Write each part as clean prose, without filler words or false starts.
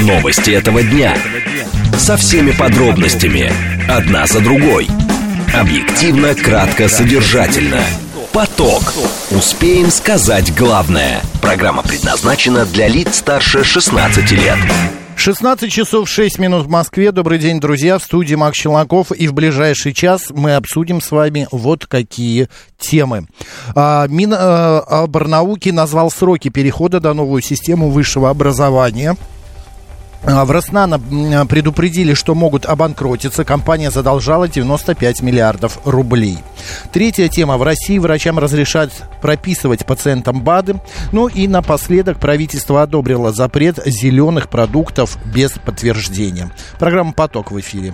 Новости этого дня. Со всеми подробностями. Одна за другой. Объективно, кратко, содержательно. Поток. Успеем сказать главное. Программа предназначена для лиц старше 16 лет. 16 часов 6 минут в Москве. Добрый день, друзья. В студии Макс Челноков. И в ближайший час мы обсудим с вами вот какие темы. Миноборнауки назвал сроки перехода на новую систему высшего образования. В Роснано предупредили, что могут обанкротиться. Компания задолжала 95 миллиардов рублей. Третья тема. В России врачам разрешат прописывать пациентам БАДы. Ну и напоследок правительство одобрило запрет зеленых продуктов без подтверждения. Программа «Поток» в эфире.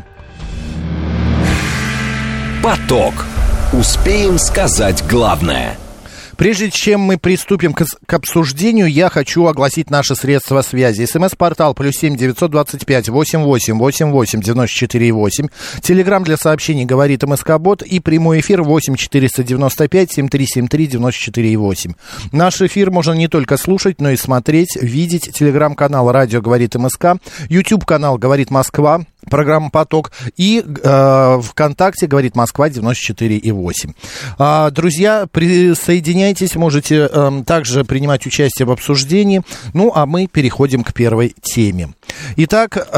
Поток. Успеем сказать главное. Прежде чем мы приступим к обсуждению, я хочу огласить наши средства связи. СМС-портал +7 925 88 88 94 8. Телеграм для сообщений «Говорит МСК-бот» и прямой эфир 8 495 7373 94 8. Наш эфир можно не только слушать, но и смотреть, видеть. Телеграм-канал «Радио говорит МСК», YouTube-канал «Говорит Москва», программа «Поток» и ВКонтакте «Говорит Москва» 94,8. Друзья, присоединяйтесь, можете также принимать участие в обсуждении. Ну, а мы переходим к первой теме. Итак,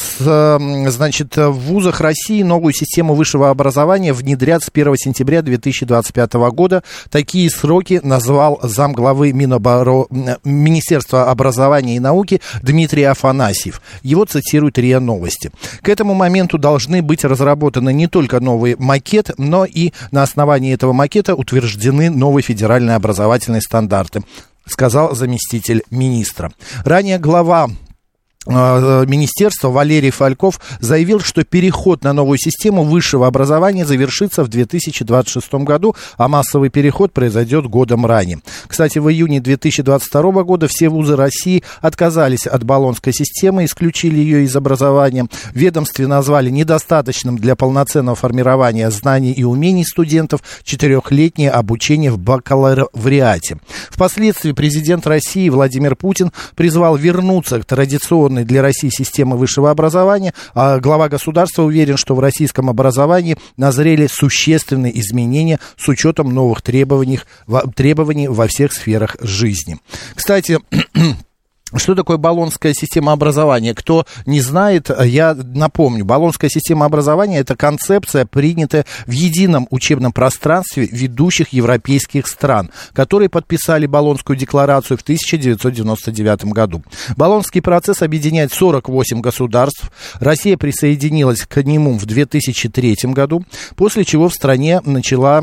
значит, в вузах России новую систему высшего образования внедрят с 1 сентября 2025 года. Такие сроки назвал замглавы Министерства образования и науки Дмитрий Афанасьев. Его цитирует РИА Новости. К этому моменту должны быть разработаны не только новый макет, но и на основании этого макета утверждены новые федеральные образовательные стандарты, сказал заместитель министра. Ранее глава министерства Валерий Фальков заявил, что переход на новую систему высшего образования завершится в 2026 году, а массовый переход произойдет годом ранее. Кстати, в июне 2022 года все вузы России отказались от болонской системы, исключили ее из образования. В ведомстве назвали недостаточным для полноценного формирования знаний и умений студентов 4-летнее обучение в бакалавриате. Впоследствии президент России Владимир Путин призвал вернуться к традиционной для России системы высшего образования, а глава государства уверен, что в российском образовании назрели существенные изменения с учетом новых требований во всех сферах жизни. Кстати, что такое болонская система образования? Кто не знает, я напомню. Болонская система образования – это концепция, принятая в едином учебном пространстве ведущих европейских стран, которые подписали Болонскую декларацию в 1999 году. Болонский процесс объединяет 48 государств. Россия присоединилась к нему в 2003 году, после чего в стране начала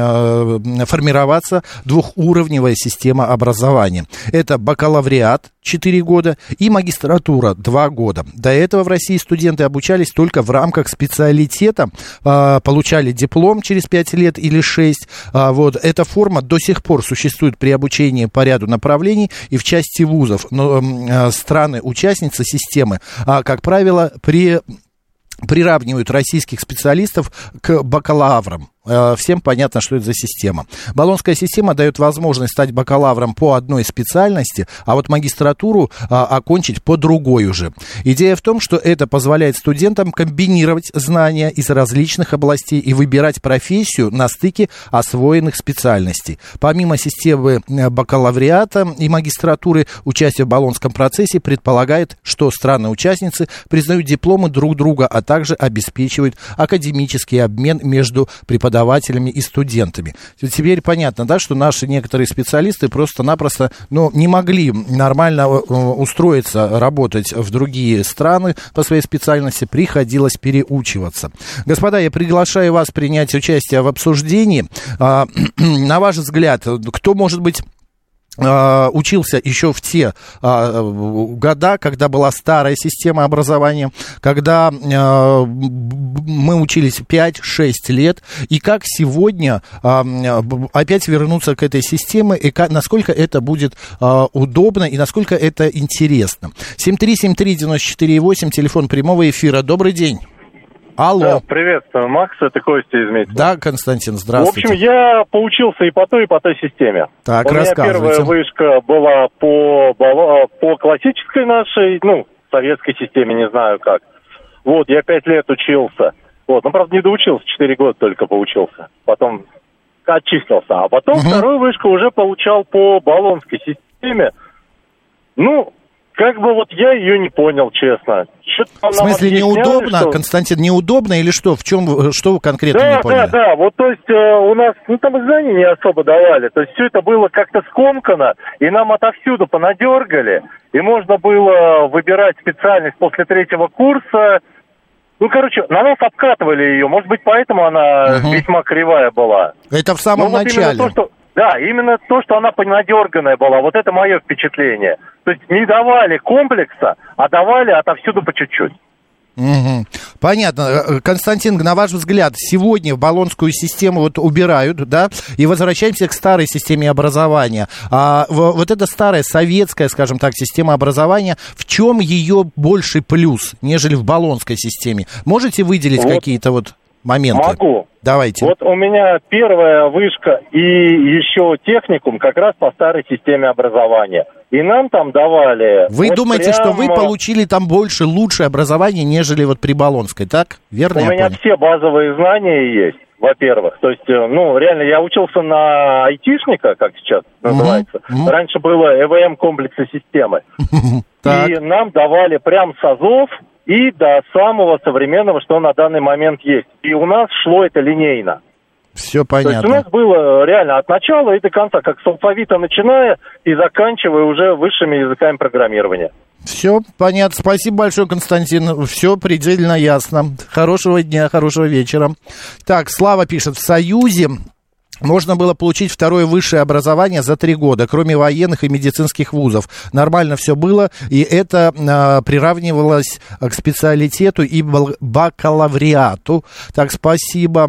формироваться двухуровневая система образования. Это бакалавриат 4 года и магистратура 2 года. До этого в России студенты обучались только в рамках специалитета, получали диплом через 5 лет или 6. Вот. Эта форма до сих пор существует при обучении по ряду направлений и в части вузов. Но страны-участницы системы, как правило, приравнивают российских специалистов к бакалаврам. Всем понятно, что это за система. Болонская система дает возможность стать бакалавром по одной специальности, а вот магистратуру окончить по другой уже. Идея в том, что это позволяет студентам комбинировать знания из различных областей и выбирать профессию на стыке освоенных специальностей. Помимо системы бакалавриата и магистратуры, участие в болонском процессе предполагает, что страны-участницы признают дипломы друг друга, а также обеспечивают академический обмен между преподавателями и студентами. Теперь понятно, да, что наши некоторые специалисты просто-напросто не могли нормально устроиться, работать в другие страны по своей специальности, приходилось переучиваться. Господа, я приглашаю вас принять участие в обсуждении. На ваш взгляд, кто, может быть, учился еще в те года, когда была старая система образования, когда мы учились 5-6 лет, и как сегодня опять вернуться к этой системе, и насколько это будет удобно, и насколько это интересно. 7373948, телефон прямого эфира. Добрый день. Алло. Да, приветствую, Макс, это Костя из Метьева. Да, Константин, здравствуйте. В общем, я поучился и по той системе. Так, у меня первая вышка была по классической нашей, советской системе, не знаю как. Вот, я 5 лет учился. Вот, ну, правда, не доучился, 4 года только поучился. Потом отчислился. А потом вторую вышку уже получал по болонской системе. Ну, как бы вот я ее не понял, честно. В смысле, неудобно, что... Константин, неудобно или что? В чем, что вы конкретно не поняли? Да. Вот, то есть, у нас, ну, там и знаний не особо давали. То есть, все это было как-то скомкано, и нам отовсюду понадергали. И можно было выбирать специальность после 3-го курса. Ну, короче, на нас обкатывали ее. Может быть, поэтому она весьма кривая была. Это в самом начале. Именно то, что она понадерганная была. Вот это мое впечатление. То есть не давали комплекса, а давали отовсюду по чуть-чуть. Понятно. Константин, на ваш взгляд, сегодня болонскую систему вот убирают, да, и возвращаемся к старой системе образования. Вот эта старая советская, скажем так, система образования, в чем ее больший плюс, нежели в болонской системе? Можете выделить какие-то вот моменты? Могу. Давайте. Вот у меня первая вышка и еще техникум как раз по старой системе образования. И нам там давали... Вы думаете, что вы получили там больше, лучшее образование, нежели вот при болонской, так? Верно я понял? У меня все базовые знания есть, во-первых. То есть, ну, реально, я учился на айтишника, как сейчас называется. Раньше было ЭВМ комплекса системы. И нам давали прям с азов и до самого современного, что на данный момент есть. И у нас шло это линейно. Все понятно. То есть у нас было реально от начала и до конца, как с алфавита начиная и заканчивая уже высшими языками программирования. Все понятно. Спасибо большое, Константин. Все предельно ясно. Хорошего дня, хорошего вечера. Так, Слава пишет, в Союзе можно было получить второе высшее образование за 3 года, кроме военных и медицинских вузов. Нормально все было, и это приравнивалось к специалитету и бакалавриату. Так, спасибо.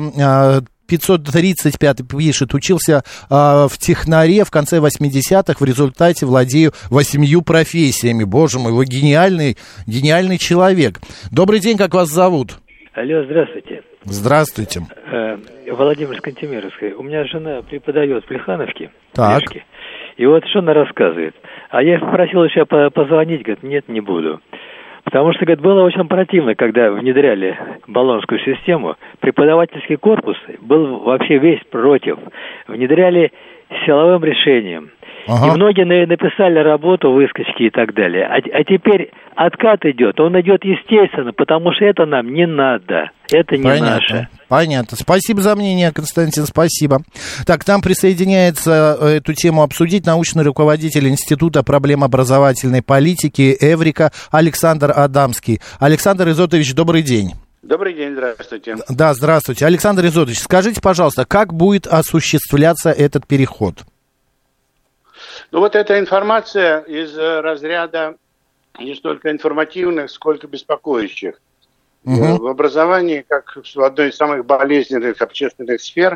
535 пишет, учился в технаре в конце 80-х, в результате владею 8 профессиями. Боже мой, вы гениальный человек. Добрый день, как вас зовут? Алло, здравствуйте. Здравствуйте. Владимир Скантемировский. У меня жена преподает в Плехановке. Так. И вот что она рассказывает. А я попросил еще позвонить, говорит, нет, не буду. Потому что, говорит, было очень противно, когда внедряли болонскую систему. Преподавательский корпус был вообще весь против. Внедряли силовым решением. И многие написали работу, выскочки и так далее. А теперь откат идет. Он идет естественно, потому что это нам не надо. Это не наше. Понятно. Спасибо за мнение, Константин, спасибо. Так, к нам присоединяется эту тему обсудить научный руководитель Института проблем образовательной политики Эврика Александр Адамский. Александр Изотович, добрый день. Добрый день, здравствуйте. Да, здравствуйте. Александр Изотович, скажите, пожалуйста, как будет осуществляться этот переход? Ну вот эта информация из разряда не столько информативных, сколько беспокоящих. В образовании, как в одной из самых болезненных общественных сфер,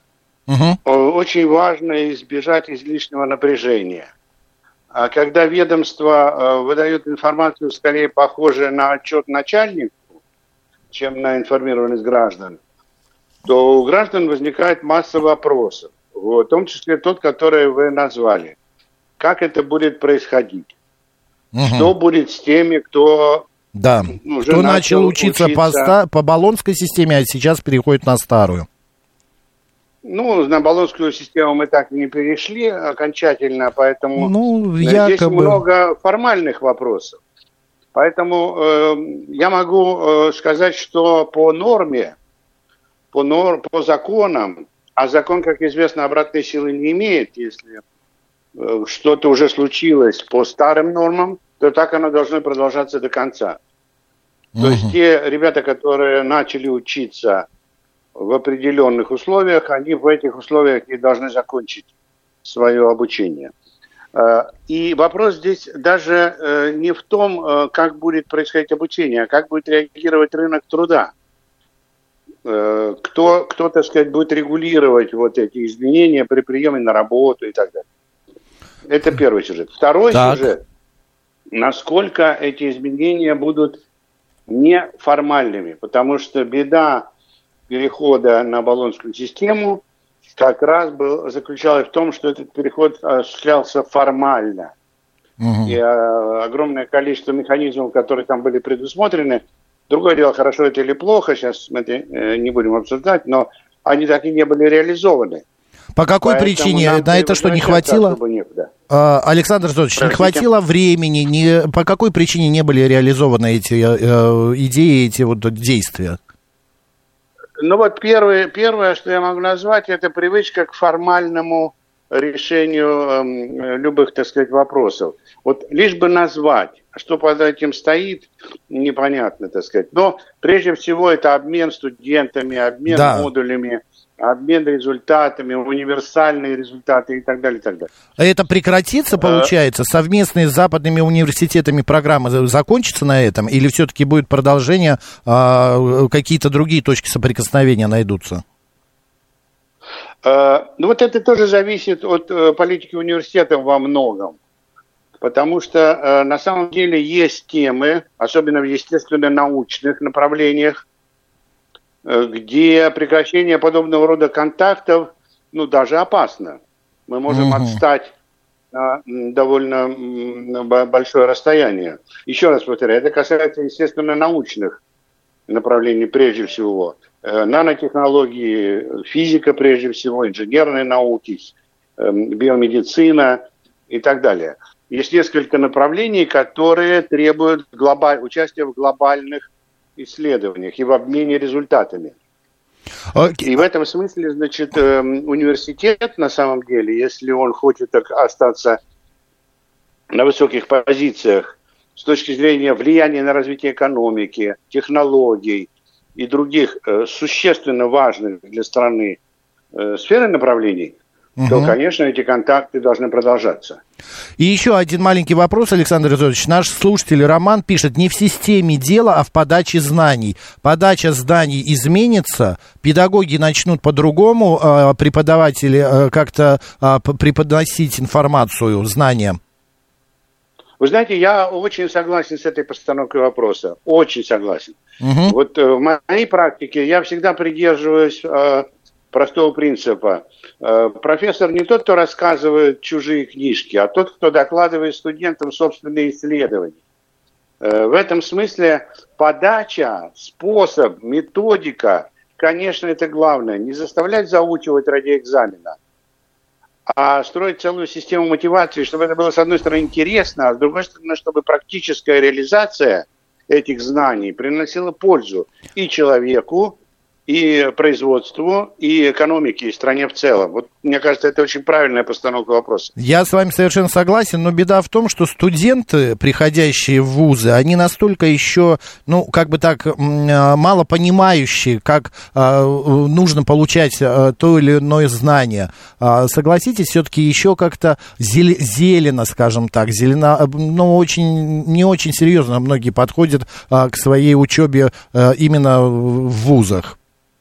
очень важно избежать излишнего напряжения. А когда ведомство выдает информацию, скорее похожую на отчет начальнику, чем на информированность граждан, то у граждан возникает масса вопросов, в том числе тот, который вы назвали. Как это будет происходить? Что будет с теми, кто... Да, кто начал учиться по болонской системе, а сейчас переходит на старую? Ну, на болонскую систему мы так и не перешли окончательно, поэтому здесь много формальных вопросов. Поэтому я могу сказать, что по норме, по законам, а закон, как известно, обратной силы не имеет, если что-то уже случилось по старым нормам, то так оно должно продолжаться до конца. То есть те ребята, которые начали учиться в определенных условиях, они в этих условиях и должны закончить свое обучение. И вопрос здесь даже не в том, как будет происходить обучение, а как будет реагировать рынок труда. Кто, так сказать, будет регулировать вот эти изменения при приеме на работу и так далее. Это первый сюжет. Второй сюжет. Насколько эти изменения будут неформальными. Потому что беда перехода на болонскую систему как раз заключалась в том, что этот переход осуществлялся формально. и огромное количество механизмов, которые там были предусмотрены. Другое дело, хорошо это или плохо, сейчас мы это не будем обсуждать, но они так и не были реализованы. По какой причине? На это что, не хватило? Александр Зотович, не хватило времени? По какой причине не были реализованы эти идеи, эти вот действия? Ну вот первое, что я могу назвать, это привычка к формальному решению любых, так сказать, вопросов. Вот лишь бы назвать, что под этим стоит, непонятно, так сказать. Но прежде всего это обмен студентами, обмен модулями, обмен результатами, универсальные результаты и так далее, и так далее. А это прекратится, получается? Совместные с западными университетами программы закончатся на этом? Или все-таки будет продолжение, какие-то другие точки соприкосновения найдутся? Ну вот это тоже зависит от политики университета во многом. Потому что на самом деле есть темы, особенно в естественно-научных направлениях, где прекращение подобного рода контактов, ну, даже опасно. Мы можем отстать на довольно большое расстояние. Еще раз повторяю, это касается, естественно, научных направлений прежде всего. Нанотехнологии, физика прежде всего, инженерные науки, биомедицина и так далее. Есть несколько направлений, которые требуют участия в глобальных исследованиях и в обмене результатами. И в этом смысле, значит, университет, на самом деле, если он хочет остаться на высоких позициях с точки зрения влияния на развитие экономики, технологий и других существенно важных для страны сфер направлений, то, конечно, эти контакты должны продолжаться. И еще один маленький вопрос, Александр Изотович. Наш слушатель Роман пишет: не в системе дела, а в подаче знаний. Подача знаний изменится, педагоги начнут по-другому, преподаватели как-то преподносить информацию, знания. Вы знаете, я очень согласен с этой постановкой вопроса. Очень согласен. Вот в моей практике я всегда придерживаюсь простого принципа. Профессор не тот, кто рассказывает чужие книжки, а тот, кто докладывает студентам собственные исследования. В этом смысле подача, способ, методика, конечно, это главное. Не заставлять заучивать ради экзамена, а строить целую систему мотивации, чтобы это было, с одной стороны, интересно, а с другой стороны, чтобы практическая реализация этих знаний приносила пользу и человеку, и производству, и экономике, и стране в целом. Вот, мне кажется, это очень правильная постановка вопроса. Я с вами совершенно согласен, но беда в том, что студенты, приходящие в вузы, они настолько еще, ну, как бы так, мало понимающие, как нужно получать то или иное знание. Согласитесь, все-таки еще как-то зелено, скажем так, но не очень серьезно многие подходят к своей учебе именно в вузах.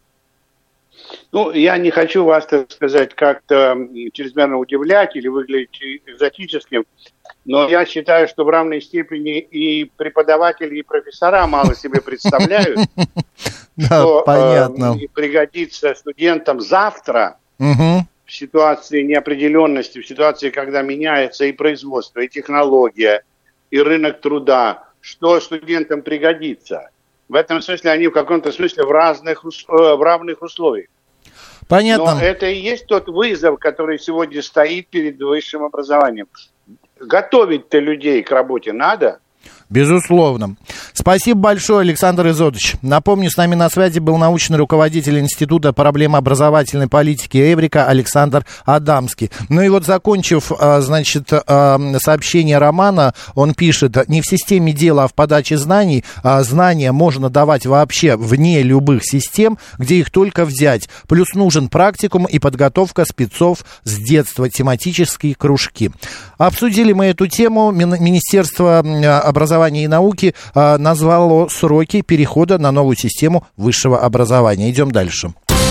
Ну, я не хочу вас, так сказать, как-то чрезмерно удивлять или выглядеть экзотическим, но я считаю, что в равной степени и преподаватели, и профессора мало себе представляют, что пригодится студентам завтра в ситуации неопределенности, в ситуации, когда меняется и производство, и технология, и рынок труда, что студентам пригодится. В этом смысле они в каком-то смысле в равных условиях. Понятно. Но это и есть тот вызов, который сегодня стоит перед высшим образованием. Готовить-то людей к работе надо. Безусловно. Спасибо большое, Александр Изотович. Напомню, с нами на связи был научный руководитель Института проблем образовательной политики Эврика Александр Адамский. Ну и вот, закончив, значит, сообщение Романа, он пишет: не в системе дела, а в подаче знаний. Знания можно давать вообще вне любых систем, где их только взять. Плюс нужен практикум и подготовка спецов с детства, тематические кружки. Обсудили мы эту тему. Министерство образования и науки назвало сроки перехода на новую систему высшего образования. Идем дальше.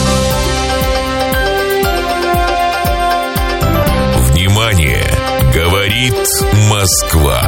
Внимание! Говорит Москва.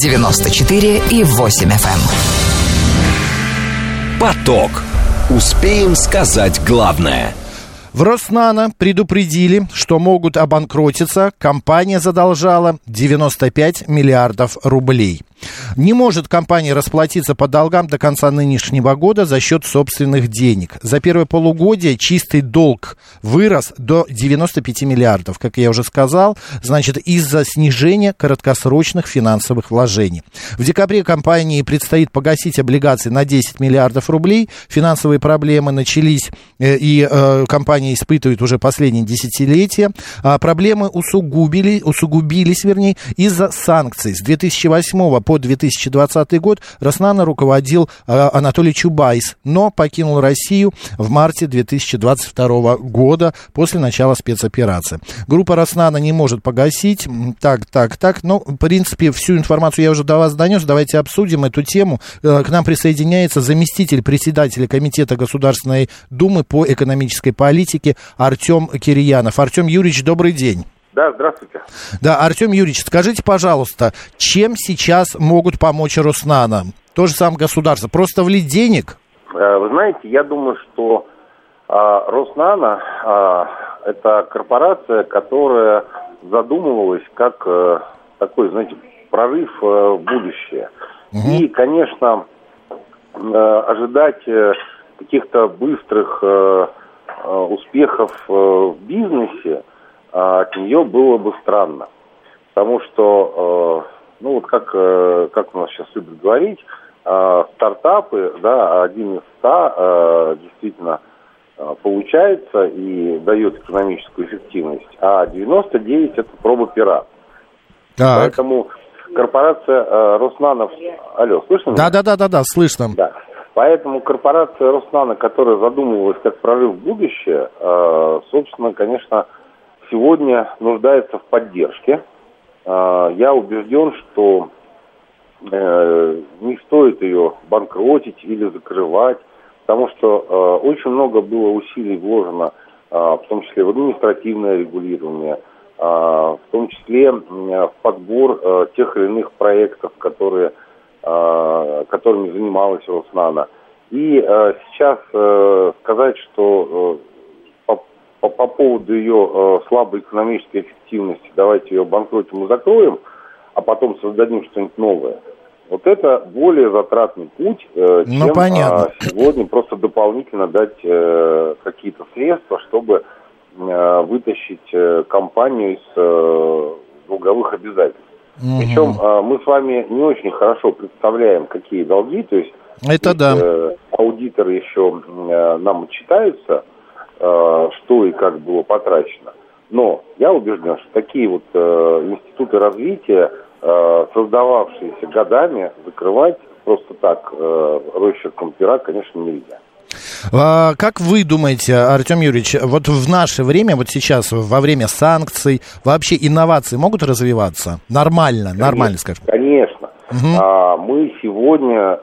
94,8 FM. Поток. Успеем сказать главное. В Роснано предупредили, что могут обанкротиться. Компания задолжала 95 миллиардов рублей. Не может компания расплатиться по долгам до конца нынешнего года за счет собственных денег. За первое полугодие чистый долг вырос до 95 миллиардов, как я уже сказал, значит, из-за снижения краткосрочных финансовых вложений. В декабре компании предстоит погасить облигации на 10 миллиардов рублей. Финансовые проблемы начались, и компания испытывает уже последние десятилетия. Проблемы усугубились, из-за санкций. С 2008 по 2020 год Роснано руководил Анатолий Чубайс, но покинул Россию в марте 2022 года после начала спецоперации. Группа Роснано не может погасить. Но, в принципе, всю информацию я уже до вас донес. Давайте обсудим эту тему. К нам присоединяется заместитель председателя Комитета Государственной Думы по экономической политике Артем Кирьянов. Артем Юрьевич, добрый день. Да, здравствуйте. Да, Артем Юрьевич, скажите, пожалуйста, чем сейчас могут помочь Роснано? То же самое государство. Просто влить денег? Вы знаете, я думаю, что Роснано это корпорация, которая задумывалась как такой, знаете, прорыв в будущее. Угу. И, конечно, ожидать каких-то быстрых успехов в бизнесе от нее было бы странно. Потому что, как у нас сейчас любят говорить, стартапы, да, 1 из 100 действительно получается и дает экономическую эффективность, а 99 это проба пера. Так. Поэтому корпорация Роснано... Алло, слышно меня? Да, слышно. Да. Поэтому корпорация Роснано, которая задумывалась как прорыв в будущее, собственно, конечно, сегодня нуждается в поддержке. Я убежден, что не стоит ее банкротить или закрывать, потому что очень много было усилий вложено, в том числе в административное регулирование, в том числе в подбор тех или иных проектов, которыми занималась Роснано. И сейчас сказать, что по поводу ее слабой экономической эффективности давайте ее банкротим и закроем, а потом создадим что-нибудь новое. Вот это более затратный путь, чем сегодня просто дополнительно дать какие-то средства, чтобы вытащить компанию из долговых обязательств. Причем мы с вами не очень хорошо представляем, какие долги, то есть аудиторы еще нам отчитаются, что и как было потрачено. Но я убежден, что такие вот институты развития, создававшиеся годами, закрывать просто так росчерком пера, конечно, нельзя. Как вы думаете, Артем Юрьевич, вот в наше время, вот сейчас, во время санкций, вообще инновации могут развиваться? Нормально, скажем. Конечно. Угу. Мы сегодня,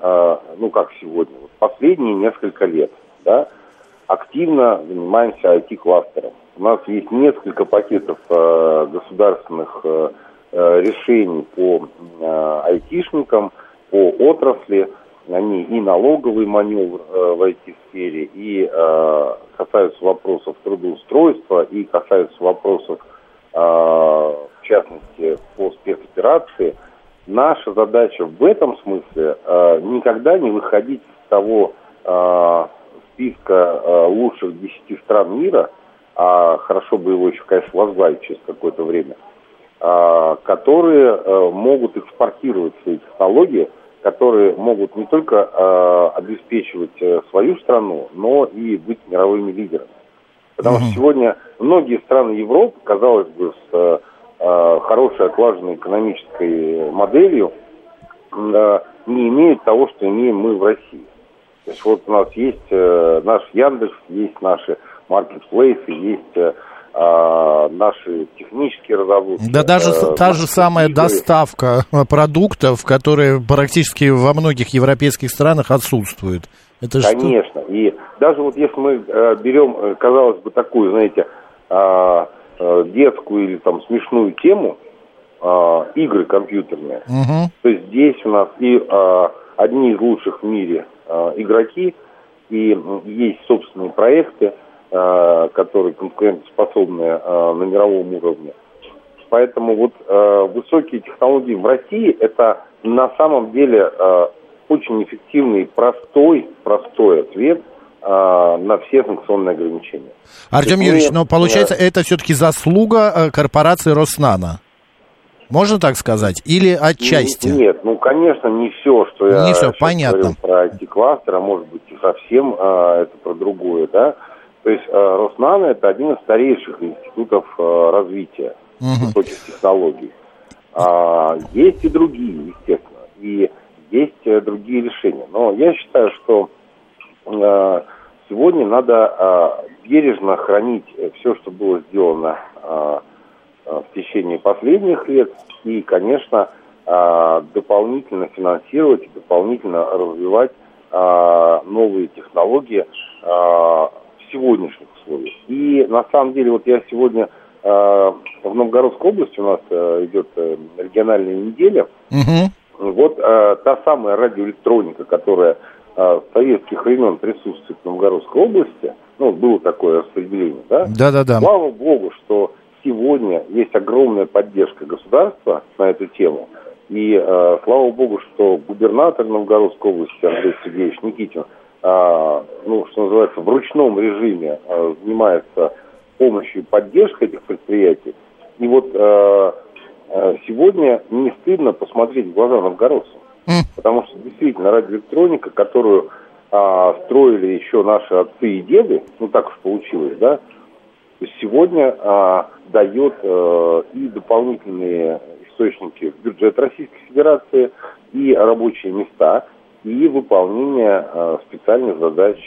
последние несколько лет, да, активно занимаемся IT-кластером. У нас есть несколько пакетов государственных решений по айтишникам, по отрасли. Они и налоговый маневр в IT-сфере, и касаются вопросов трудоустройства, и касаются вопросов, в частности, по спецоперации. Наша задача в этом смысле никогда не выходить из того списка лучших 10 стран мира, а хорошо бы его еще, конечно, возглавить через какое-то время, которые могут экспортировать свои технологии, которые могут не только обеспечивать свою страну, но и быть мировыми лидерами. Потому что сегодня многие страны Европы, казалось бы, с хорошей отлаженной экономической моделью, не имеют того, что имеем мы в России. То есть вот у нас есть наш Яндекс, есть наши маркетплейсы, есть наши технические разработки. Да даже та же самая доставка продуктов, которые практически во многих европейских странах отсутствует. Это конечно. И даже вот если мы берем, казалось бы, такую, знаете, детскую или там смешную тему, игры компьютерные, то есть здесь у нас и одни из лучших в мире игроки, и есть собственные проекты, которые конкурентоспособны на мировом уровне. Поэтому вот высокие технологии в России – это на самом деле очень эффективный, простой ответ на все санкционные ограничения. Артем Юрьевич, но получается, это все-таки заслуга корпорации Роснано? Можно так сказать? Или отчасти? Нет, конечно, не все, что я говорил про IT-кластер, а может быть и совсем это про другое, да. То есть Роснано – это один из старейших институтов развития высоких технологий. Есть и другие, естественно, и есть другие решения. Но я считаю, что сегодня надо бережно хранить все, что было сделано в течение последних лет, и, конечно, дополнительно финансировать и дополнительно развивать новые технологии в сегодняшних условиях. И на самом деле, вот я сегодня в Новгородской области, у нас идет региональная неделя, вот та самая радиоэлектроника, которая с советских времен присутствует в Новгородской области, было такое распределение, да? Да. Слава богу, что сегодня есть огромная поддержка государства на эту тему. И слава богу, что губернатор Новгородской области Андрей Сергеевич Никитин, что называется, в ручном режиме занимается помощью и поддержкой этих предприятий. И вот сегодня не стыдно посмотреть в глаза новгородцам. Потому что действительно радиоэлектроника, которую строили еще наши отцы и деды, так уж получилось, да, сегодня дает и дополнительные источники в бюджет Российской Федерации, и рабочие места, и выполнение специальных задач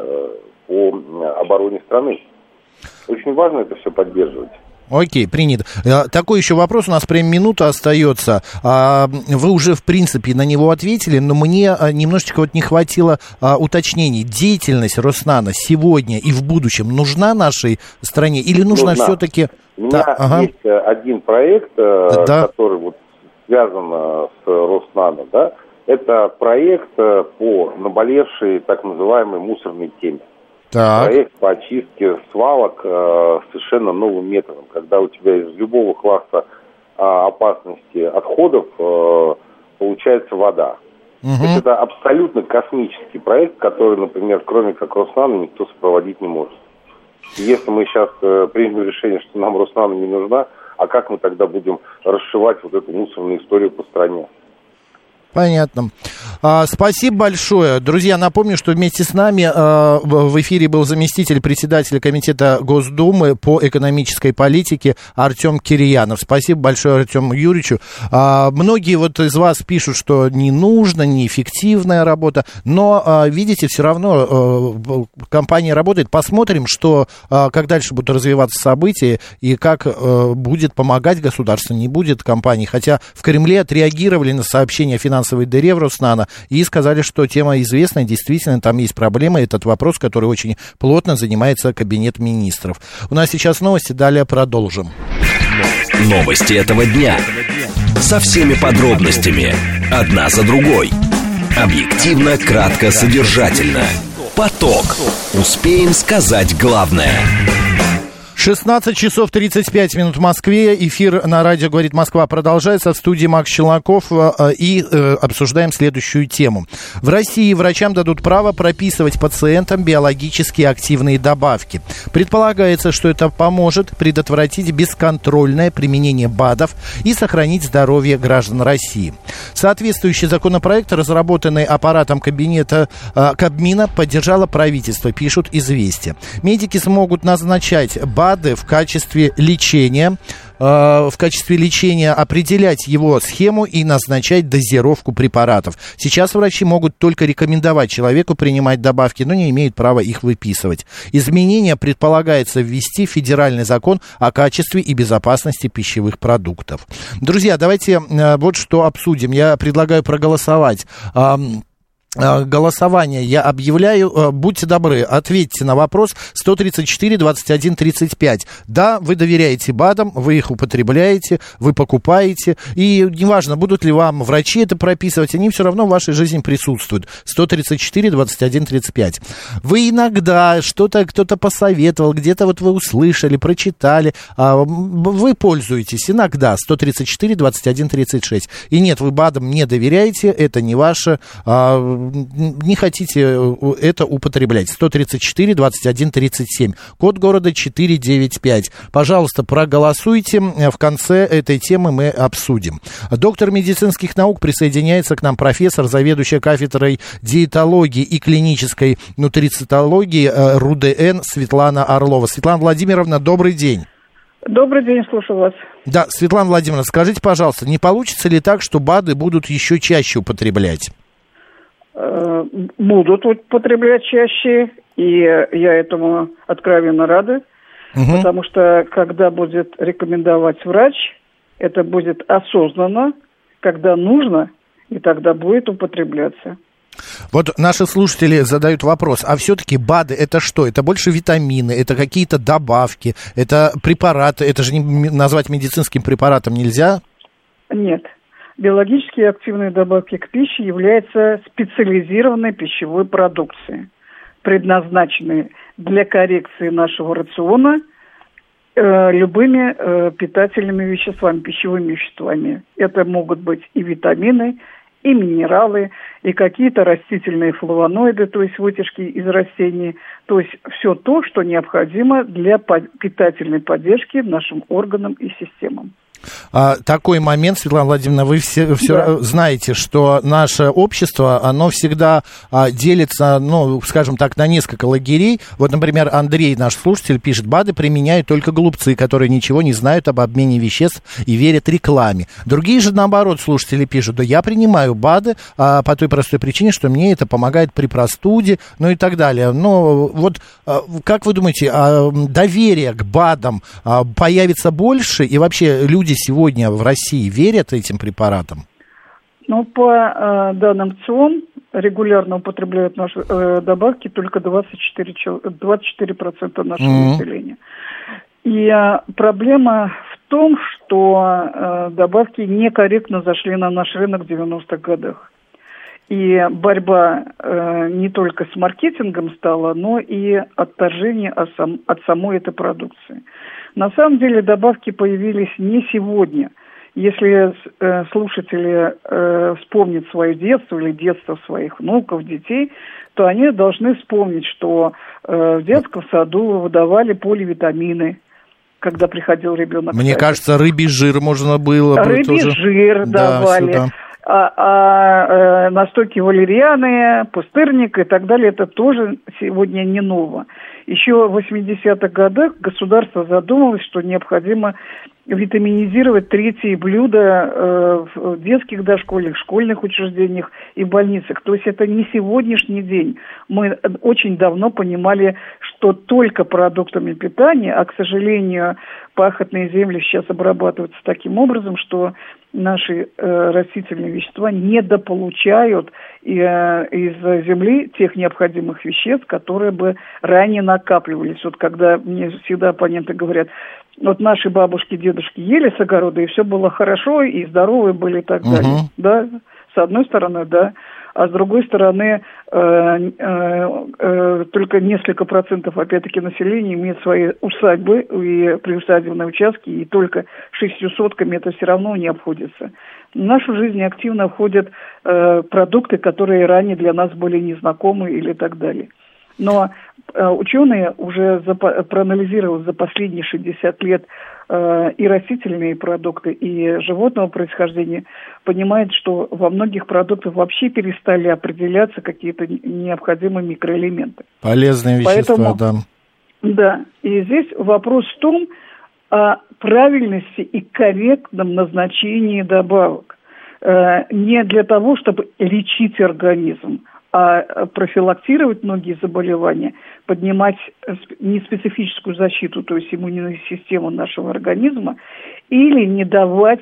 по обороне страны. Очень важно это все поддерживать. Окей, принято. Такой еще вопрос, у нас прям минута остается. Вы уже, в принципе, на него ответили, но мне немножечко не хватило уточнений. Деятельность Роснано сегодня и в будущем нужна нашей стране или нужно все-таки... У меня есть один проект, который связан с Роснано, да? Это проект по наболевшей так называемой мусорной теме. Проект по очистке свалок совершенно новым методом, когда у тебя из любого класса опасности отходов получается вода. То есть это абсолютно космический проект, который, например, кроме как Роснано, никто сопроводить не может. И если мы сейчас примем решение, что нам Роснано не нужна, а как мы тогда будем расшивать вот эту мусорную историю по стране? Понятно. Спасибо большое. Друзья, напомню, что вместе с нами в эфире был заместитель председателя Комитета Госдумы по экономической политике Артем Кирьянов. Спасибо большое Артему Юрьевичу. Многие из вас пишут, что не нужно, неэффективная работа, но, видите, все равно компания работает. Посмотрим, как дальше будут развиваться события и как будет помогать государство, не будет компании. Хотя в Кремле отреагировали на сообщение о финансовой дыре в Роснано и сказали, что тема известна, действительно, там есть проблемы. Этот вопрос, который очень плотно занимается Кабинет министров. У нас сейчас новости, далее продолжим. Новости этого дня. Со всеми подробностями. Одна за другой. Объективно, кратко, содержательно. Поток. Успеем сказать главное. 16 часов 35 минут в Москве. Эфир на радио «Говорит Москва» продолжается. В студии Макс Челноков. И обсуждаем следующую тему. В России врачам дадут право прописывать пациентам биологически активные добавки. Предполагается, что это поможет предотвратить бесконтрольное применение БАДов и сохранить здоровье граждан России. Соответствующий законопроект, разработанный аппаратом Кабмина, поддержало правительство, пишут «Известия». Медики смогут назначать БАДы в качестве лечения, определять его схему и назначать дозировку препаратов. Сейчас врачи могут только рекомендовать человеку принимать добавки, но не имеют права их выписывать. Изменения предполагается ввести в федеральный закон о качестве и безопасности пищевых продуктов. Друзья, давайте вот что обсудим. Я предлагаю проголосовать. голосование я объявляю. Будьте добры, ответьте на вопрос 134-21-35. Да, вы доверяете БАДам, вы их употребляете, вы покупаете. И неважно, будут ли вам врачи это прописывать, они все равно в вашей жизни присутствуют. 134-21-35. Вы иногда что-то кто-то посоветовал, где-то вот вы услышали, прочитали. Вы пользуетесь иногда. 134-21-36. И нет, вы БАДам не доверяете, это не ваше... не хотите это употреблять. 134-21-37. Код города 495. Пожалуйста, проголосуйте. В конце этой темы мы обсудим. Доктор медицинских наук присоединяется к нам профессор, заведующая кафедрой диетологии и клинической нутрицитологии РУДН Светлана Орлова. Светлана Владимировна, добрый день. Добрый день, слушаю вас. Да, Светлана Владимировна, скажите, пожалуйста, не получится ли так, что БАДы будут еще чаще употреблять? Будут употреблять чаще, и я этому откровенно рада, потому что когда будет рекомендовать врач, это будет осознанно, когда нужно, и тогда будет употребляться. Вот наши слушатели задают вопрос, а все-таки БАДы это что? Это больше витамины, это какие-то добавки, это препараты, это же назвать медицинским препаратом нельзя? Нет. Биологически активные добавки к пище являются специализированной пищевой продукцией, предназначенной для коррекции нашего рациона любыми питательными веществами, пищевыми веществами. Это могут быть и витамины, и минералы, и какие-то растительные флавоноиды, то есть вытяжки из растений, то есть все то, что необходимо для питательной поддержки нашим органам и системам. Такой момент, Светлана Владимировна, вы все знаете, что наше общество, оно всегда делится, ну, скажем так, на несколько лагерей. Вот, например, Андрей, наш слушатель, пишет, БАДы применяют только глупцы, которые ничего не знают об обмене веществ и верят рекламе. Другие же, наоборот, слушатели пишут, да я принимаю БАДы по той простой причине, что мне это помогает при простуде, ну и так далее. Но вот как вы думаете, доверие к БАДам появится больше, и вообще люди сегодня в России верят этим препаратам? Ну, по данным ЦИОМ, регулярно употребляют наши добавки только 24% нашего населения. И проблема в том, что добавки некорректно зашли на наш рынок в 90-х годах. И борьба не только с маркетингом стала, но и отторжение от самой этой продукции. На самом деле добавки появились не сегодня. Если слушатели вспомнят свое детство или детство своих внуков, детей, то они должны вспомнить, что в детском саду выдавали поливитамины, когда приходил ребенок. Мне кажется, рыбий жир можно было бы рыбий тоже. Жир давали. Да, настойки валерианы, пустырник и так далее, это тоже сегодня не ново. Еще в 80-х годах государство задумалось, что необходимо витаминизировать третьи блюда в детских дошкольных, школьных учреждениях и в больницах. То есть это не сегодняшний день. Мы очень давно понимали, что только продуктами питания, а, к сожалению, пахотные земли сейчас обрабатываются таким образом, что наши растительные вещества недополучают из земли тех необходимых веществ, которые бы ранее накапливались. Вот когда мне всегда оппоненты говорят, вот наши бабушки, дедушки ели с огорода, и все было хорошо, и здоровые были и так далее. Да, с одной стороны, да. А с другой стороны, только несколько процентов, опять-таки, населения имеет свои усадьбы и приусадебные участки, и только 6 сотками это все равно не обходится. В нашу жизнь активно входят продукты, которые ранее для нас были незнакомы или так далее. Но ученые уже проанализировали за последние 60 лет и растительные продукты, и животного происхождения, понимают, что во многих продуктах вообще перестали определяться какие-то необходимые микроэлементы. Полезные вещества, да. Да, и здесь вопрос в том, о правильности и корректном назначении добавок. Не для того, чтобы лечить организм, а профилактировать многие заболевания, поднимать неспецифическую защиту, то есть иммунную систему нашего организма, или не давать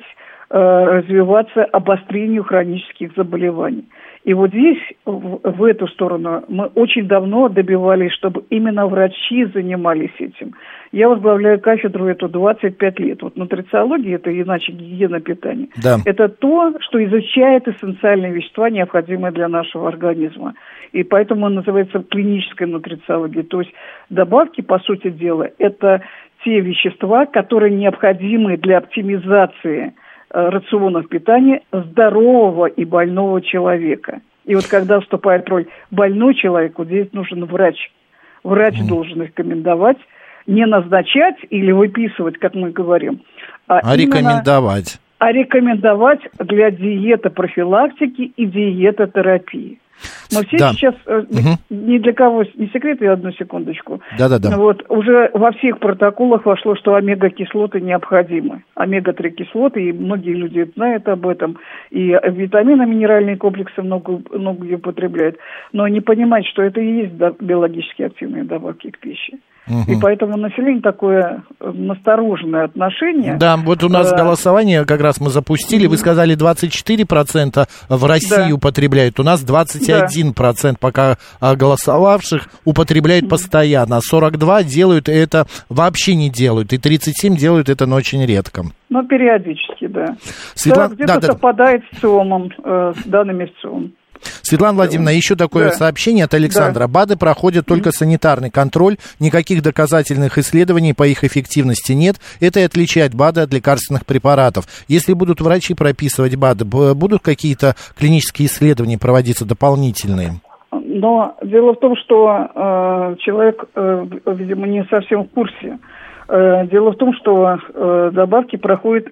развиваться обострению хронических заболеваний. И вот здесь, в эту сторону, мы очень давно добивались, чтобы именно врачи занимались этим. Я возглавляю кафедру эту 25 лет. Вот нутрициология, это иначе гигиена питания. Да. Это то, что изучает эссенциальные вещества, необходимые для нашего организма. И поэтому он называется клинической нутрициологией. То есть добавки, по сути дела, это те вещества, которые необходимы для оптимизации рационов питания здорового и больного человека. И вот когда вступает роль больной человек, вот здесь нужен врач. Врач должен рекомендовать, не назначать или выписывать, как мы говорим, а рекомендовать. А рекомендовать для диетопрофилактики и диетотерапии. Но все сейчас, ни для кого не секрет, я одну секундочку. Да. Вот уже во всех протоколах вошло, что омега-кислоты необходимы. Омега-3 кислоты, и многие люди знают об этом. И витамины, минеральные комплексы многие употребляют. Но не понимают, что это и есть биологически активные добавки к пище. И поэтому население такое настороженное отношение. Да, вот у нас голосование как раз мы запустили. Вы сказали, 24% в России употребляют. У нас 21% пока голосовавших употребляют постоянно. А 42% делают это, вообще не делают. И 37% делают это, но очень редко. Ну, периодически, да. Светлана, где-то совпадает с ЦИОМом, с данными ЦИОМ. Светлана Владимировна, еще такое сообщение от Александра. БАДы проходят только санитарный контроль, никаких доказательных исследований по их эффективности нет. Это и отличает БАДы от лекарственных препаратов. Если будут врачи прописывать БАДы, будут какие-то клинические исследования проводиться дополнительные? Но дело в том, что человек, видимо, не совсем в курсе. Дело в том, что добавки проходят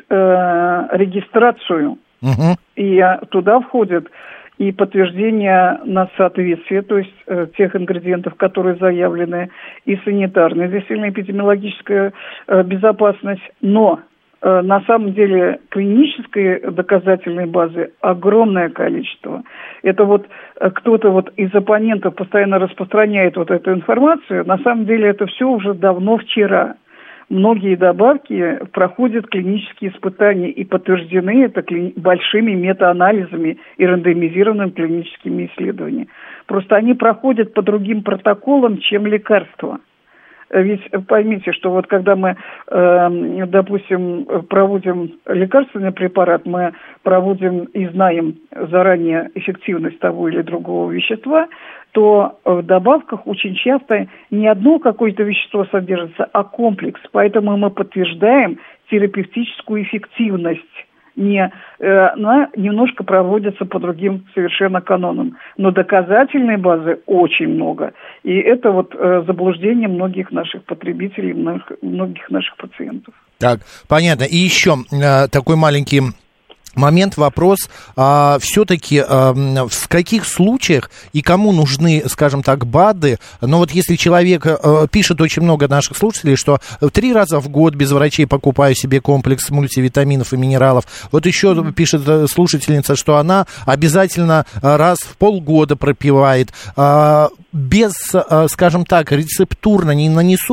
регистрацию, и туда входят и подтверждение на соответствие, то есть тех ингредиентов, которые заявлены, и санитарная, здесь сильная эпидемиологическая безопасность. Но на самом деле клинической доказательной базы огромное количество. Это вот кто-то вот из оппонентов постоянно распространяет вот эту информацию. На самом деле это все уже давно вчера. Многие добавки проходят клинические испытания и подтверждены это большими метаанализами и рандомизированными клиническими исследованиями. Просто они проходят по другим протоколам, чем лекарства. Ведь поймите, что вот когда мы, допустим, проводим лекарственный препарат, мы проводим и знаем заранее эффективность того или другого вещества, то в добавках очень часто не одно какое-то вещество содержится, а комплекс. Поэтому мы подтверждаем терапевтическую эффективность. Она немножко проводится по другим совершенно канонам. Но доказательной базы очень много. И это вот заблуждение многих наших потребителей, многих наших пациентов. Так, понятно. И еще такой маленький момент, вопрос, все-таки в каких случаях и кому нужны, скажем так, БАДы? Но вот если человек, пишет очень много наших слушателей, что 3 раза в год без врачей покупаю себе комплекс мультивитаминов и минералов. Вот еще пишет слушательница, что она обязательно раз в полгода пропивает. Без, скажем так, рецептурно не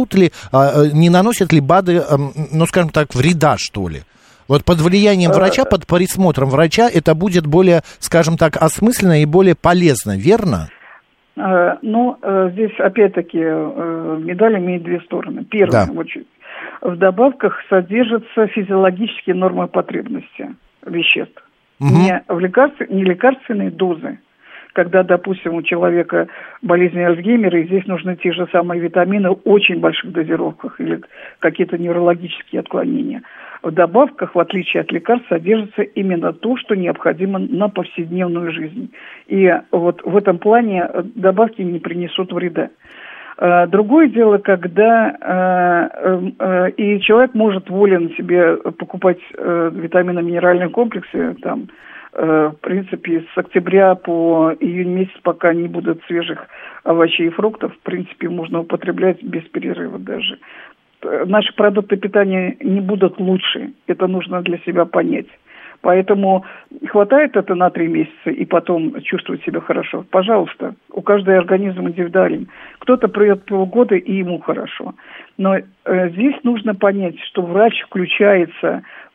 наносят ли БАДы, ну, скажем так, вреда, что ли? Вот под влиянием врача, под присмотром врача это будет более, скажем так, осмысленно и более полезно, верно? Ну, здесь опять-таки медаль имеет 2 стороны. Первая, в добавках содержатся физиологические нормы потребности веществ. Не лекарственные дозы. Когда, допустим, у человека болезнь Альцгеймера, и здесь нужны те же самые витамины в очень больших дозировках или какие-то неврологические отклонения. В добавках, в отличие от лекарств, содержится именно то, что необходимо на повседневную жизнь. И вот в этом плане добавки не принесут вреда. Другое дело, когда и человек может волен себе покупать витаминно-минеральные комплексы, там, в принципе, с октября по июнь месяц, пока не будут свежих овощей и фруктов, в принципе, можно употреблять без перерыва даже. Наши продукты питания не будут лучше, это нужно для себя понять. Поэтому хватает это на 3 месяца и потом чувствовать себя хорошо. Пожалуйста, у каждого организм индивидуален. Кто-то пройдет полгода и ему хорошо. Но здесь нужно понять, что врач включается в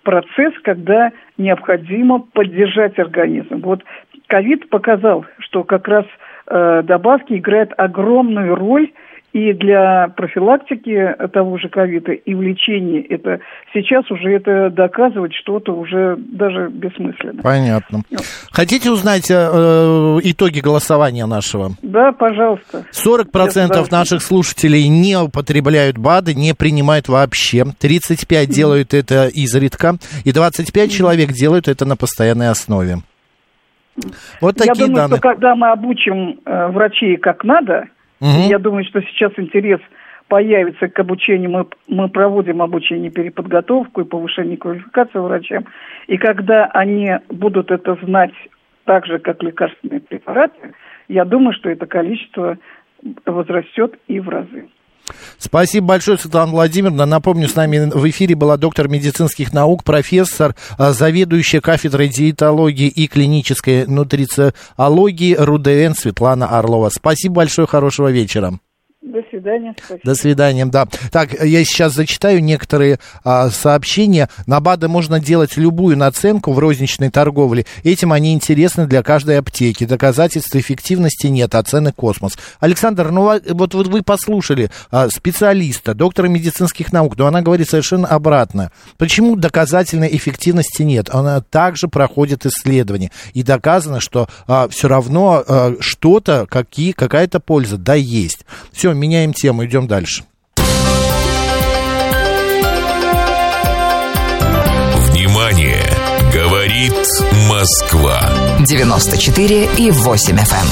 процесс, когда необходимо поддержать организм. Вот ковид показал, что как раз добавки играют огромную роль и для профилактики того же ковида, и в лечении. Это сейчас уже это доказывать что-то уже даже бессмысленно. Понятно. Хотите узнать итоги голосования нашего? Да, пожалуйста. 40% наших слушателей не употребляют БАДы, не принимают вообще. 35% делают это изредка. И 25 человек делают это на постоянной основе. Вот такие данные. Я думаю, что когда мы обучим врачей как надо, я думаю, что сейчас интерес появится к обучению. Мы проводим обучение, переподготовку и повышение квалификации врачам. И когда они будут это знать так же, как лекарственные препараты, я думаю, что это количество возрастет и в разы. Спасибо большое, Светлана Владимировна. Напомню, с нами в эфире была доктор медицинских наук, профессор, заведующая кафедрой диетологии и клинической нутрициологии РУДН Светлана Орлова. Спасибо большое, хорошего вечера. До свидания. Спасибо. До свидания, да. Так, я сейчас зачитаю некоторые сообщения. На БАДы можно делать любую наценку в розничной торговле. Этим они интересны для каждой аптеки. Доказательств эффективности нет, а цены космос. Александр, вот вы послушали специалиста, доктора медицинских наук, но она говорит совершенно обратно. Почему доказательной эффективности нет? Она также проходит исследования. И доказано, что все равно что-то, какая-то польза, да, есть. Все, меняем тему, идем дальше. Внимание! Говорит Москва. 94,8 FM.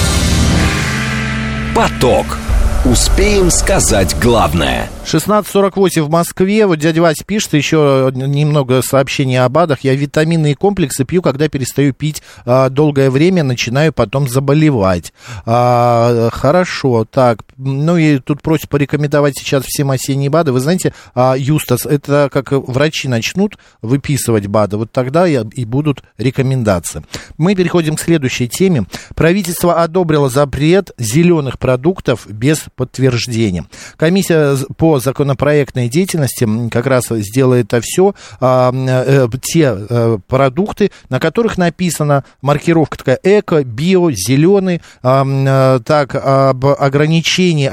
Поток. Успеем сказать главное. 16:48 в Москве. Вот дядя Вася пишет еще немного сообщений о БАДах. Я витаминные комплексы пью, когда перестаю пить долгое время, начинаю потом заболевать. Хорошо, так. Ну и тут просят порекомендовать сейчас всем осенние БАДы. Вы знаете, Юстас, это как врачи начнут выписывать БАДы, вот тогда и будут рекомендации. Мы переходим к следующей теме. Правительство одобрило запрет зеленых продуктов без подтверждения. Комиссия по законопроектной деятельности как раз сделает это все, те продукты, на которых написана маркировка такая эко, био, зеленый, так, об ограничении,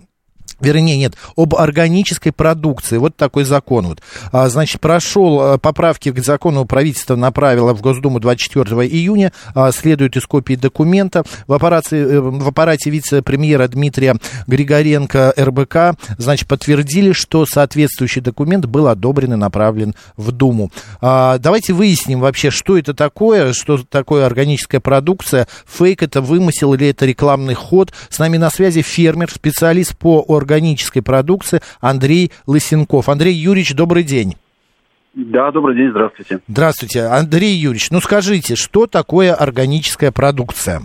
об органической продукции. Вот такой закон. Вот. Значит, прошел поправки к закону, правительство направило в Госдуму 24 июня. Следует из копии документа. В аппарате вице-премьера Дмитрия Григоренко РБК, значит, подтвердили, что соответствующий документ был одобрен и направлен в Думу. Давайте выясним вообще, что это такое органическая продукция. Фейк это, вымысел или это рекламный ход. С нами на связи фермер, специалист по органической продукции Андрей Лысенков. Андрей Юрьевич, добрый день. Да, добрый день, здравствуйте. Здравствуйте. Андрей Юрьевич, скажите, что такое органическая продукция?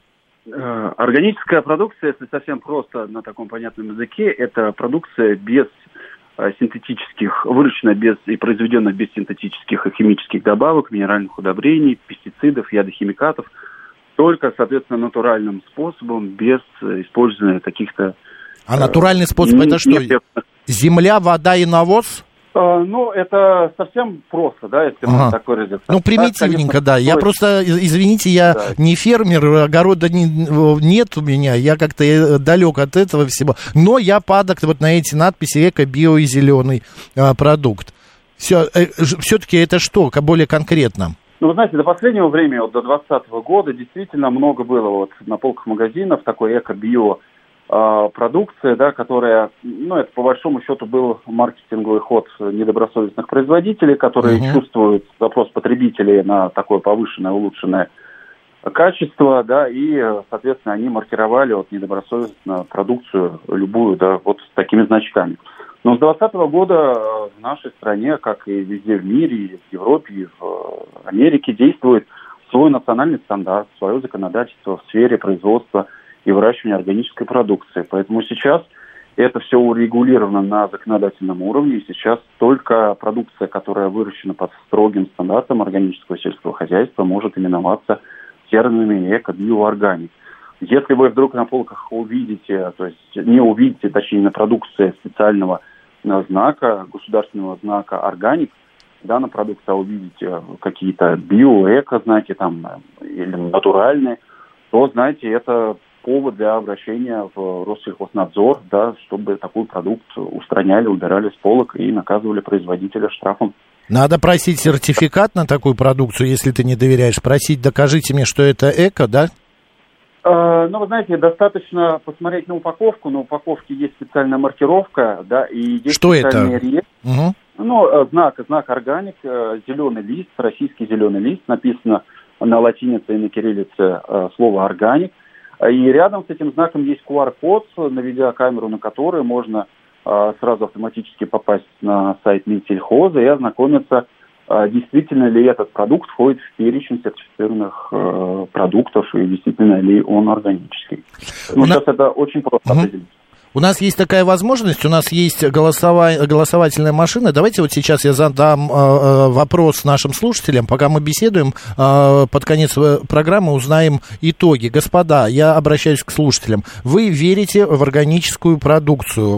Органическая продукция, если совсем просто на таком понятном языке, это продукция без синтетических, выращена без и произведена без синтетических и химических добавок, минеральных удобрений, пестицидов, ядохимикатов, только, соответственно, натуральным способом, без использования каких-то... А натуральный способ это что? Земля, вода и навоз? Это совсем просто, да, если можно так выразиться. Примитивненько, да. Я просто, извините, я не фермер, огорода нет у меня, я как-то далек от этого всего. Но я падок вот на эти надписи эко, био и зеленый продукт. Все-таки это что, более конкретно? Вы знаете, до последнего времени, до 2020 года, действительно много было на полках магазинов такой эко-био продукция, да, которая, это по большому счету был маркетинговый ход недобросовестных производителей, которые чувствуют запрос потребителей на такое повышенное, улучшенное качество, да, и, соответственно, они маркировали недобросовестно продукцию любую, да, с такими значками. Но с 2020 года в нашей стране, как и везде в мире, и в Европе, и в Америке, действует свой национальный стандарт, свое законодательство в сфере производства и выращивания органической продукции. Поэтому сейчас это все урегулировано на законодательном уровне, и сейчас только продукция, которая выращена под строгим стандартом органического сельского хозяйства, может именоваться терминами эко-биоорганик. Если вы вдруг на полках увидите, то есть не увидите, точнее, на продукции специального знака, государственного знака «Органик», да, на продукт, а увидите какие-то био-эко-знаки там или натуральные, то, знаете, это повод для обращения в Россельхознадзор, да, чтобы такой продукт устраняли, убирали с полок и наказывали производителя штрафом. Надо просить сертификат на такую продукцию, если ты не доверяешь. Просить, докажите мне, что это эко, да? Ну, вы знаете, достаточно посмотреть на упаковку. На упаковке есть специальная маркировка, да, и есть что специальный это? реестр. Угу. Ну, знак органик, зеленый лист, российский зеленый лист, написано на латинице и на кириллице слово органик. И рядом с этим знаком есть QR-код, наведя камеру на который можно сразу автоматически попасть на сайт Минсельхоза и ознакомиться, действительно ли этот продукт входит в перечень сертифицированных продуктов и действительно ли он органический. Ну, сейчас это очень просто определить. У нас есть такая возможность, у нас есть голосовательная машина. Давайте вот сейчас я задам вопрос нашим слушателям. Пока мы беседуем, под конец программы узнаем итоги. Господа, я обращаюсь к слушателям. Вы верите в органическую продукцию?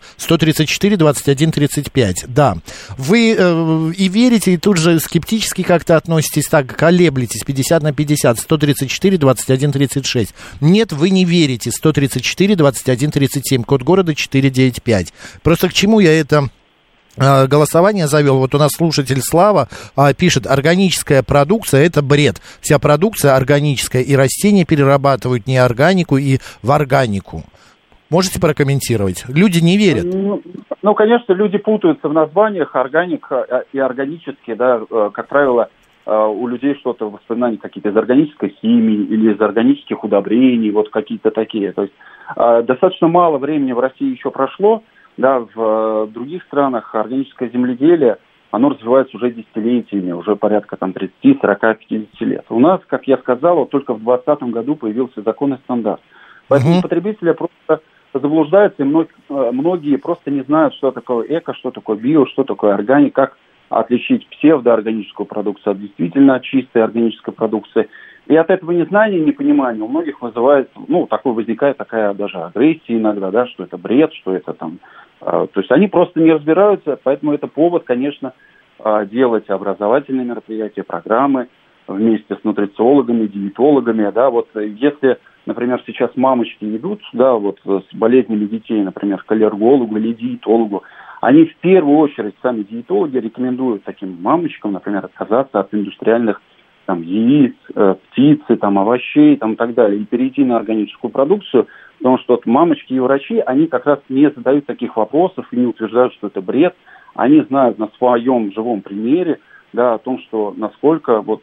134, 21, 35. Да. Вы и верите, и тут же скептически как-то относитесь, так, колеблетесь, 50 на 50, 134, 21, 36. Нет, вы не верите, 134, 21, 37. Код города 495. Просто к чему я это голосование завел? Вот у нас слушатель Слава пишет: органическая продукция – это бред. Вся продукция органическая, и растения перерабатывают не органику и в органику. Можете прокомментировать? Люди не верят. Ну, конечно, люди путаются в названиях. Органик и органический, да, как правило, у людей что-то, воспоминания какие-то из органической химии или из органических удобрений, вот какие-то такие. То есть достаточно мало времени в России еще прошло, да, в других странах органическое земледелие, оно развивается уже десятилетиями, уже порядка там 30, 40, 50 лет. У нас, как я сказал, вот только в 2020 году появился законный стандарт. Поэтому потребители просто заблуждаются, и многие просто не знают, что такое эко, что такое био, что такое органик, как отличить псевдоорганическую продукцию от действительно чистой органической продукции. И от этого незнания, непонимания у многих вызывает, возникает такая даже агрессия иногда, да, что это бред, что это там... то есть они просто не разбираются, поэтому это повод, конечно, делать образовательные мероприятия, программы вместе с нутрициологами, диетологами, да, вот если, например, сейчас мамочки идут, да, вот с болезнями детей, например, к аллергологу или диетологу, они в первую очередь, сами диетологи, рекомендуют таким мамочкам, например, отказаться от индустриальных там, яиц, птицы, там, овощей там, и так далее, и перейти на органическую продукцию, потому что вот, мамочки и врачи, они как раз не задают таких вопросов и не утверждают, что это бред. Они знают на своем живом примере, да, о том, что насколько вот,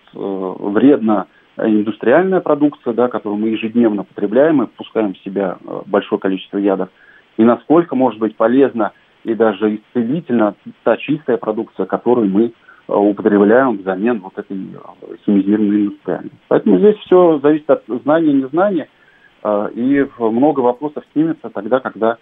вредна индустриальная продукция, да, которую мы ежедневно потребляем и впускаем в себя большое количество ядов, и насколько может быть полезна и даже исцелительно та чистая продукция, которую мы употребляем взамен вот этой химизированной индустриальной. Поэтому здесь все зависит от знания, незнания, и много вопросов снимется тогда, когда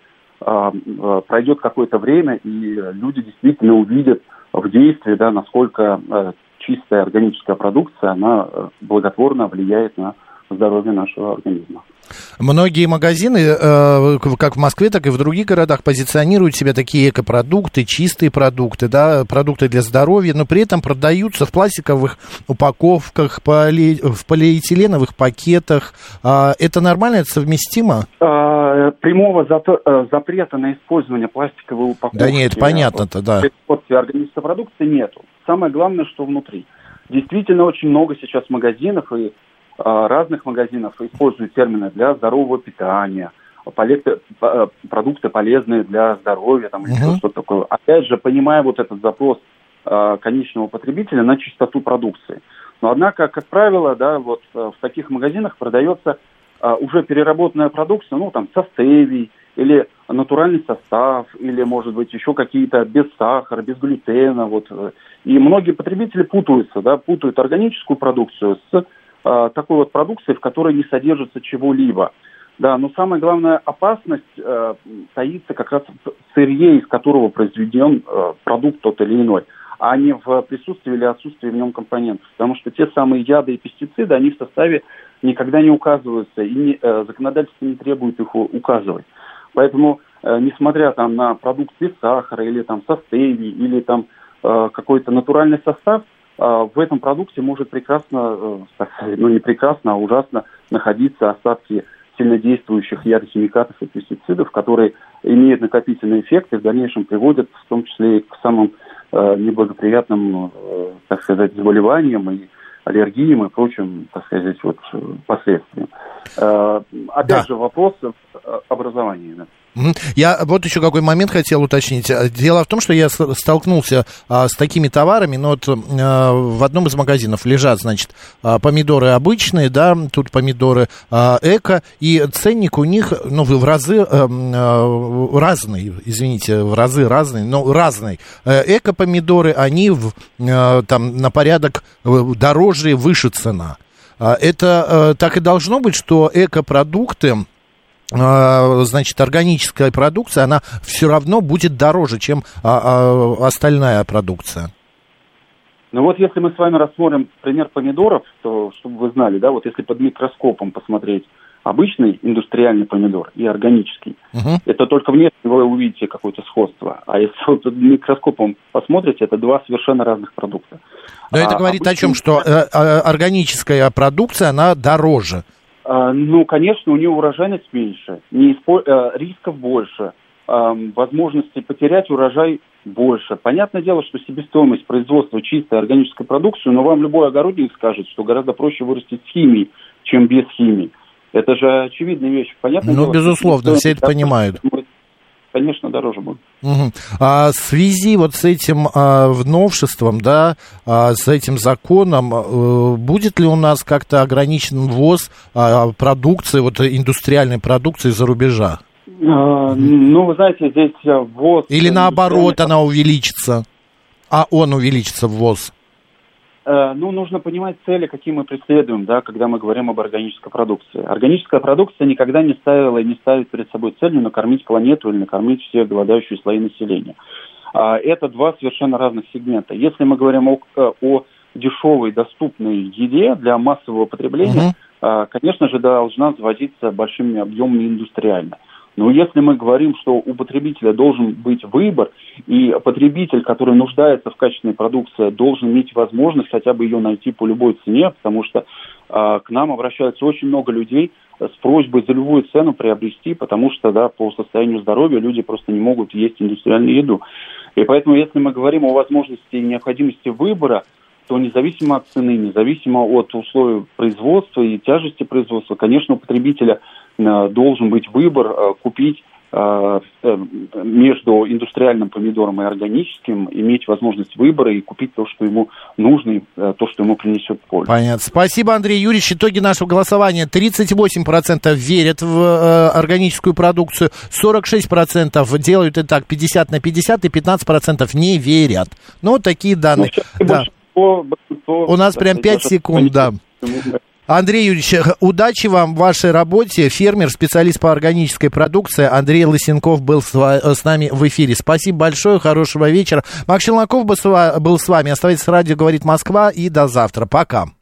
пройдет какое-то время, и люди действительно увидят в действии, да, насколько чистая органическая продукция, она благотворно влияет на здоровье нашего организма. Многие магазины, как в Москве, так и в других городах, позиционируют себя такие экопродукты, чистые продукты, да, продукты для здоровья, но при этом продаются в пластиковых упаковках, в полиэтиленовых пакетах. Это нормально, это совместимо? Прямого запрета на использование пластиковой упаковки. Да нет, понятно-то, да. В экспорте органической продукции нету. Самое главное, что внутри. Действительно, очень много сейчас магазинов и разных магазинов используют термины для здорового питания, продукты полезные для здоровья, там, или что-то такое. Опять же, понимая вот этот запрос конечного потребителя на чистоту продукции. Но однако, как правило, да, вот в таких магазинах продается уже переработанная продукция, ну, там, со стевией, или натуральный состав, или, может быть, еще какие-то без сахара, без глютена, вот. И многие потребители путают органическую продукцию с такой вот продукции, в которой не содержится чего-либо. Да, но самая главная опасность таится как раз в сырье, из которого произведен продукт тот или иной, а не в присутствии или отсутствии в нем компонентов. Потому что те самые яды и пестициды, они в составе никогда не указываются, и законодательство не требует их указывать. Поэтому, несмотря там на продукт без сахара, или там со стевией, или там какой-то натуральный состав, в этом продукте может прекрасно, не прекрасно, а ужасно находиться остатки сильнодействующих ядохимикатов и пестицидов, которые имеют накопительный эффект и в дальнейшем приводят в том числе и к самым неблагоприятным, так сказать, заболеваниям и аллергиям и прочим, так сказать, последствиям. Опять же, вопрос образования. Да. Я вот еще какой момент хотел уточнить. Дело в том, что я столкнулся с такими товарами, но вот в одном из магазинов лежат, значит, помидоры обычные, да, тут помидоры эко, и ценник у них, в разы разный, извините, в разы разный, но разный. Эко-помидоры, они там на порядок дороже и выше цена. Это так и должно быть, что экопродукты, значит, органическая продукция, она все равно будет дороже, чем остальная продукция. Ну вот если мы с вами рассмотрим пример помидоров, то, чтобы вы знали, да, вот если под микроскопом посмотреть обычный индустриальный помидор и органический, это только внешне вы увидите какое-то сходство. А если вот под микроскопом посмотрите, это два совершенно разных продукта. Но это говорит о чем, что органическая продукция, она дороже. Конечно, у нее урожайность меньше, рисков больше, возможности потерять урожай больше. Понятное дело, что себестоимость производства чистой органической продукции, но вам любой огородник скажет, что гораздо проще вырастить с химией, чем без химии. Это же очевидная вещь. Понятное дело, безусловно, все это понимают. Конечно, дороже будет. В связи вот с этим новшеством, да, с этим законом, будет ли у нас как-то ограничен ввоз продукции, вот индустриальной продукции из-за рубежа? Вы знаете, здесь ввоз... Или наоборот, она увеличится, он увеличится, ввоз? Нужно понимать цели, какие мы преследуем, да, когда мы говорим об органической продукции. Органическая продукция никогда не ставила и не ставит перед собой целью накормить планету или накормить все голодающие слои населения. Это два совершенно разных сегмента. Если мы говорим о дешевой, доступной еде для массового потребления, конечно же, должна завозиться большими объемами индустриально. Но если мы говорим, что у потребителя должен быть выбор, и потребитель, который нуждается в качественной продукции, должен иметь возможность хотя бы ее найти по любой цене, потому что к нам обращаются очень много людей с просьбой за любую цену приобрести, потому что, да, по состоянию здоровья люди просто не могут есть индустриальную еду. И поэтому, если мы говорим о возможности и необходимости выбора, то независимо от цены, независимо от условий производства и тяжести производства, конечно, у потребителя должен быть выбор купить между индустриальным помидором и органическим, иметь возможность выбора и купить то, что ему нужно, и то, что ему принесет пользу. Понятно. Спасибо, Андрей Юрьевич. Итоги нашего голосования. 38% верят в органическую продукцию, 46% делают это так 50/50, и 15% не верят. Вот такие данные. Да. У нас прям 5 секунд, да. Андрей Юрьевич, удачи вам в вашей работе. Фермер, специалист по органической продукции Андрей Лысенков был с нами в эфире. Спасибо большое, хорошего вечера. Макс Челноков был с вами. Оставайтесь с радио «Говорит Москва» и до завтра. Пока.